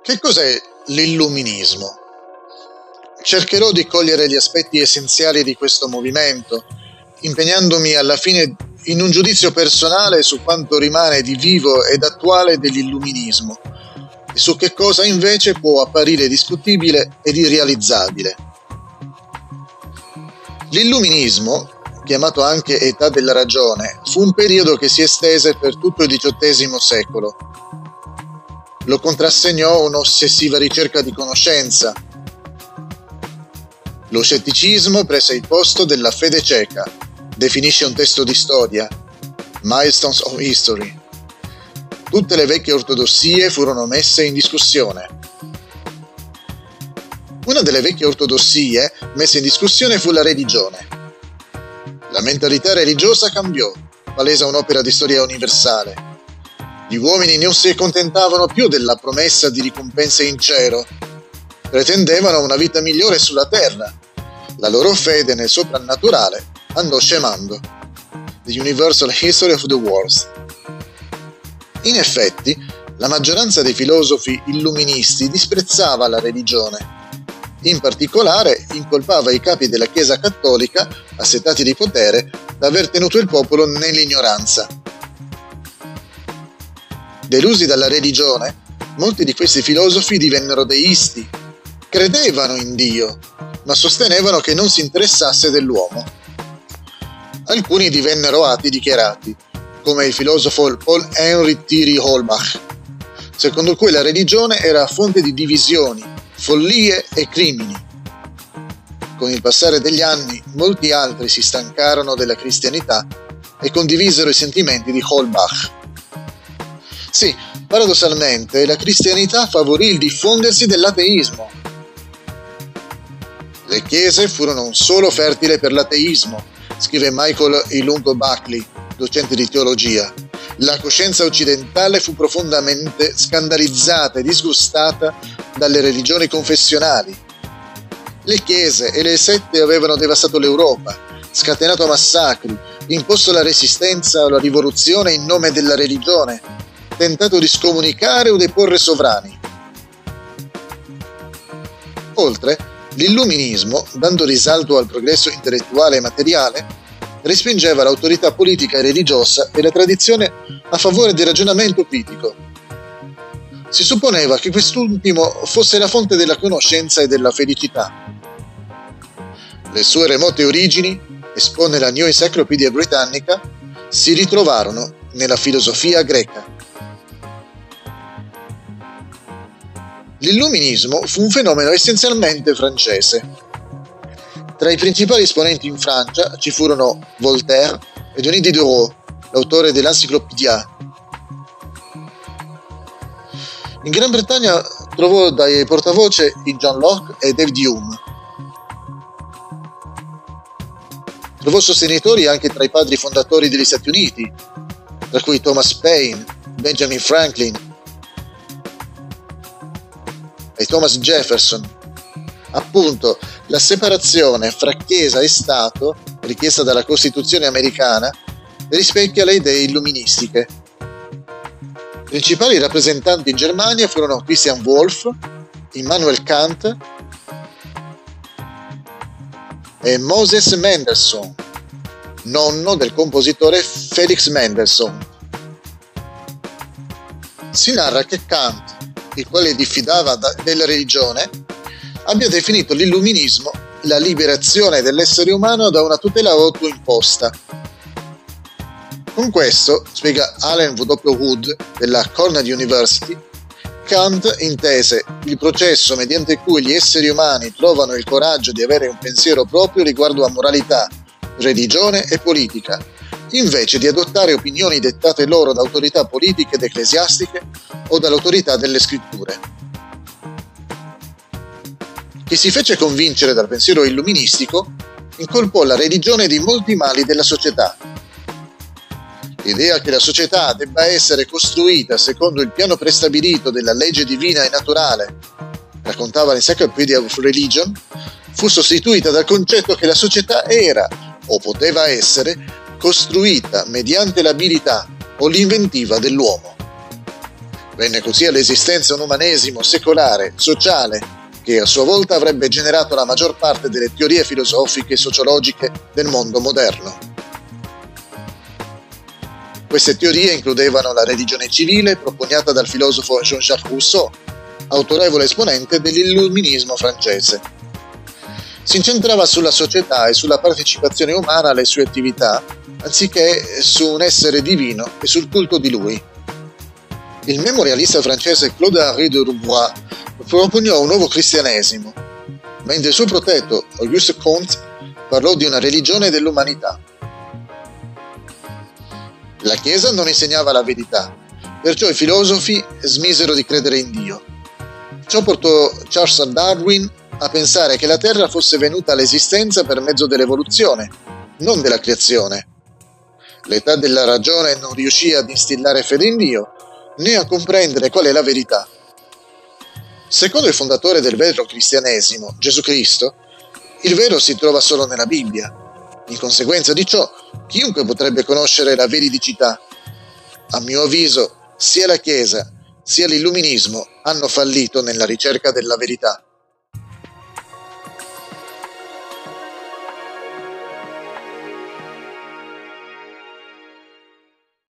Che cos'è l'illuminismo? Cercherò di cogliere gli aspetti essenziali di questo movimento, impegnandomi alla fine in un giudizio personale su quanto rimane di vivo ed attuale dell'illuminismo e su che cosa invece può apparire discutibile ed irrealizzabile. L'illuminismo, chiamato anche età della ragione, fu un periodo che si estese per tutto il XVIII secolo. Lo contrassegnò un'ossessiva ricerca di conoscenza. Lo scetticismo prese il posto della fede cieca, definisce un testo di storia, Milestones of History. Tutte le vecchie ortodossie furono messe in discussione. Una delle vecchie ortodossie messe in discussione fu la religione. La mentalità religiosa cambiò, palesa un'opera di storia universale. Gli uomini non si accontentavano più della promessa di ricompense in cielo. Pretendevano una vita migliore sulla terra. La loro fede nel soprannaturale andò scemando. The Universal History of the World. In effetti, la maggioranza dei filosofi illuministi disprezzava la religione. In particolare, incolpava i capi della Chiesa cattolica, assetati di potere, d'aver tenuto il popolo nell'ignoranza. Delusi dalla religione, molti di questi filosofi divennero deisti. Credevano in Dio, ma sostenevano che non si interessasse dell'uomo. Alcuni divennero atei dichiarati, come il filosofo Paul Heinrich Thierry Holbach, secondo cui la religione era fonte di divisioni, follie e crimini. Con il passare degli anni, molti altri si stancarono della cristianità e condivisero i sentimenti di Holbach. Sì, paradossalmente, la cristianità favorì il diffondersi dell'ateismo. Le chiese furono un suolo fertile per l'ateismo, scrive Michael Ilungo Buckley, docente di teologia. La coscienza occidentale fu profondamente scandalizzata e disgustata dalle religioni confessionali. Le chiese e le sette avevano devastato l'Europa, scatenato massacri, imposto la resistenza alla rivoluzione in nome della religione, tentato di scomunicare o deporre sovrani. Oltre, l'illuminismo, dando risalto al progresso intellettuale e materiale, respingeva l'autorità politica e religiosa e la tradizione a favore del ragionamento critico. Si supponeva che quest'ultimo fosse la fonte della conoscenza e della felicità. Le sue remote origini, espone la New Encyclopedia Britannica, si ritrovarono nella filosofia greca. L'illuminismo fu un fenomeno essenzialmente francese. Tra i principali esponenti in Francia ci furono Voltaire e Denis Diderot, l'autore dell'Encyclopédia. In Gran Bretagna trovò dai portavoce di John Locke e David Hume. Trovò sostenitori anche tra i padri fondatori degli Stati Uniti, tra cui Thomas Paine, Benjamin Franklin e Thomas Jefferson. Appunto, la separazione fra Chiesa e Stato, richiesta dalla Costituzione americana, rispecchia le idee illuministiche. I principali rappresentanti in Germania furono Christian Wolff, Immanuel Kant e Moses Mendelssohn, nonno del compositore Felix Mendelssohn. Si narra che Kant, il quale diffidava della religione, abbia definito l'illuminismo la liberazione dell'essere umano da una tutela autoimposta. Con questo, spiega Allen W. Wood della Cornell University, Kant intese il processo mediante cui gli esseri umani trovano il coraggio di avere un pensiero proprio riguardo a moralità, religione e politica, invece di adottare opinioni dettate loro da autorità politiche ed ecclesiastiche o dall'autorità delle scritture. Chi si fece convincere dal pensiero illuministico incolpò la religione di molti mali della società. L'idea che la società debba essere costruita secondo il piano prestabilito della legge divina e naturale, raccontava l'Encyclopedia of Religion, fu sostituita dal concetto che la società era, o poteva essere, costruita mediante l'abilità o l'inventiva dell'uomo. Venne così all'esistenza un umanesimo secolare, sociale, che a sua volta avrebbe generato la maggior parte delle teorie filosofiche e sociologiche del mondo moderno. Queste teorie includevano la religione civile propugnata dal filosofo Jean-Jacques Rousseau, autorevole esponente dell'illuminismo francese. Si incentrava sulla società e sulla partecipazione umana alle sue attività, anziché su un essere divino e sul culto di lui. Il memorialista francese Claude-Henri de Roubaix propugnò un nuovo cristianesimo, mentre il suo protetto Auguste Comte parlò di una religione dell'umanità. La Chiesa non insegnava la verità, perciò i filosofi smisero di credere in Dio. Ciò portò Charles Darwin a pensare che la Terra fosse venuta all'esistenza per mezzo dell'evoluzione, non della creazione. L'età della ragione non riuscì ad instillare fede in Dio, né a comprendere qual è la verità. Secondo il fondatore del vero cristianesimo, Gesù Cristo, il vero si trova solo nella Bibbia. In conseguenza di ciò, chiunque potrebbe conoscere la veridicità. A mio avviso, sia la Chiesa sia l'illuminismo hanno fallito nella ricerca della verità.